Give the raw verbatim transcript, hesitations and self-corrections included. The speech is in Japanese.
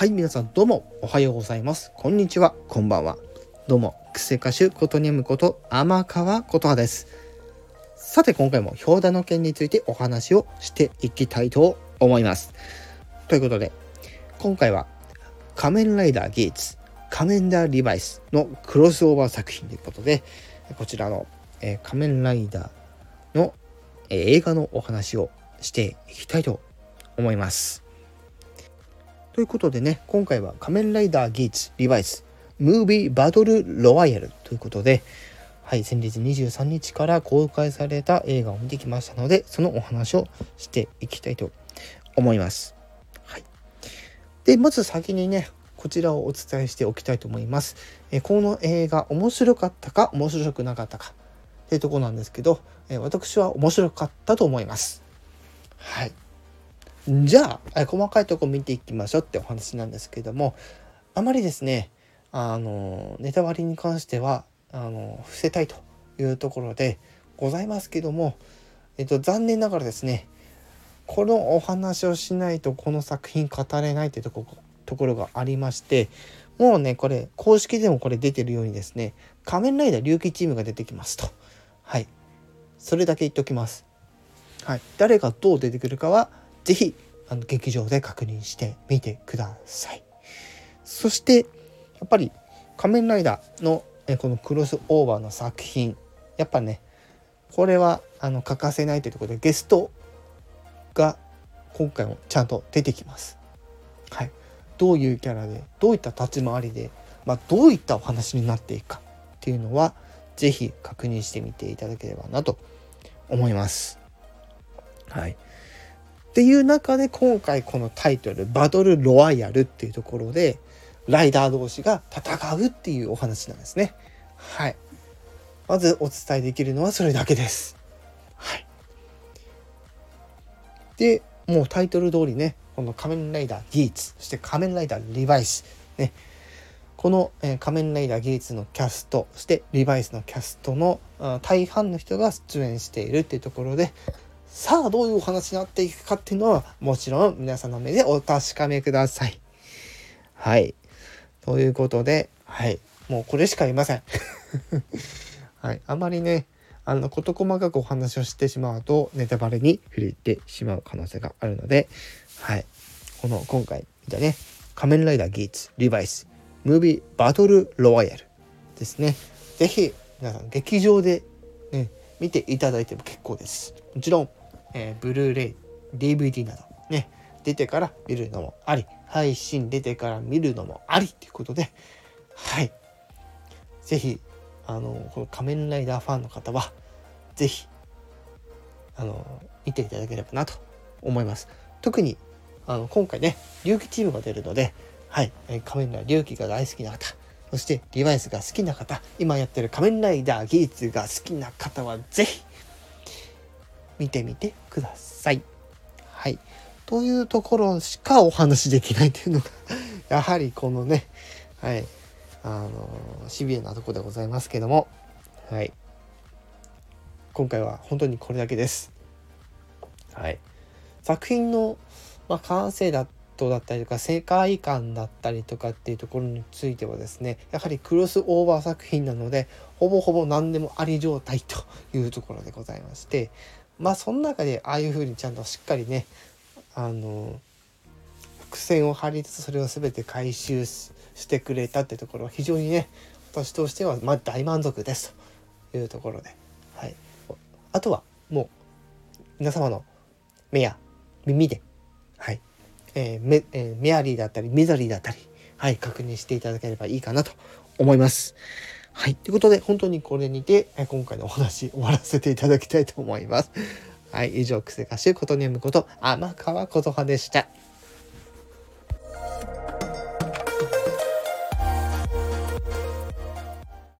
はい、皆さんどうもおはようございます。こんにちは、こんばんは。どうも、クセ歌手ことにゃむこと天川琴葉です。さて、今回も表題の件についてお話をしていきたいと思います。ということで、今回は仮面ライダーギーツ、仮面ライダーリバイスのクロスオーバー作品ということで、こちらの、えー、仮面ライダーの、えー、映画のお話をしていきたいと思います。ということでね、今回は仮面ライダーギーツリバイスムービーバトルロワイヤルということで、はい、先日にじゅうさんにちから公開された映画を見てきましたので、そのお話をしていきたいと思います。はい。で、まず先にね、こちらをお伝えしておきたいと思います。えこの映画面白かったか面白くなかったかっていうところなんですけど、え私は面白かったと思います。はい。じゃあ細かいところ見ていきましょうってお話なんですけども、あまりですね、あのネタバレに関してはあの伏せたいというところでございますけども、えっと残念ながらですね、このお話をしないとこの作品語れないというところところがありまして、もうねこれ公式でもこれ出てるようにですね、仮面ライダー龍騎チームが出てきますと、はい、それだけ言っておきます。はい、誰がどう出てくるかはぜひあの劇場で確認してみてください。そしてやっぱり仮面ライダーのえこのクロスオーバーの作品、やっぱねこれはあの欠かせないというところでゲストが今回もちゃんと出てきます。はい、どういうキャラでどういった立ち回りで、まあ、どういったお話になっていくかっていうのはぜひ確認してみていただければなと思います。はい。っていう中で今回このタイトルバトルロワイヤルっていうところでライダー同士が戦うっていうお話なんですね。はい。まずお伝えできるのはそれだけです。はい。で、もうタイトル通りね、この仮面ライダーギーツ、そして仮面ライダーリバイスね、この、えー、仮面ライダーギーツのキャスト、そしてリバイスのキャストの大半の人が出演しているっていうところで、さあどういうお話になっていくかっていうのはもちろん皆さんの目でお確かめください。はい。ということで、はい。もうこれしか言いません。はい。あまりね、あの、事細かくお話をしてしまうとネタバレに触れてしまう可能性があるので、はい。この今回見たね、仮面ライダーギーツリバイスムービーバトルロワイヤルですね。ぜひ皆さん劇場でね、見ていただいても結構です。もちろんえー、ブルーレイ ディーブイディー などね出てから見るのもあり、配信出てから見るのもありということで、はい、ぜひあのこの仮面ライダーファンの方はぜひあの見ていただければなと思います。特にあの今回ね龍騎チームが出るので、はい、えー、仮面ライダー龍騎が大好きな方、そしてリバイスが好きな方、今やってる仮面ライダーギーツが好きな方はぜひ見てみてください。はい。というところしかお話しできないというのがやはりこのね、はい、あのシビアなところでございますけども、はい。今回は本当にこれだけです。はい。作品の、まあ、完成だとだったりとか世界観だったりとかっていうところについてはですね、やはりクロスオーバー作品なのでほぼほぼ何でもあり状態というところでございまして、まあその中でああいう風にちゃんとしっかりね、あの伏線を張りつつそれを全て回収してくれたってところは非常にね私としてはまあ大満足ですというところで、はい、あとはもう皆様の目や耳で、はいえーメえー、メアリーだったりミザリーだったり、はい、確認していただければいいかなと思います。はい。ということで、本当にこれにて、今回のお話終わらせていただきたいと思います。はい。以上、クセ歌手ことにゃむこと、天川琴葉でした。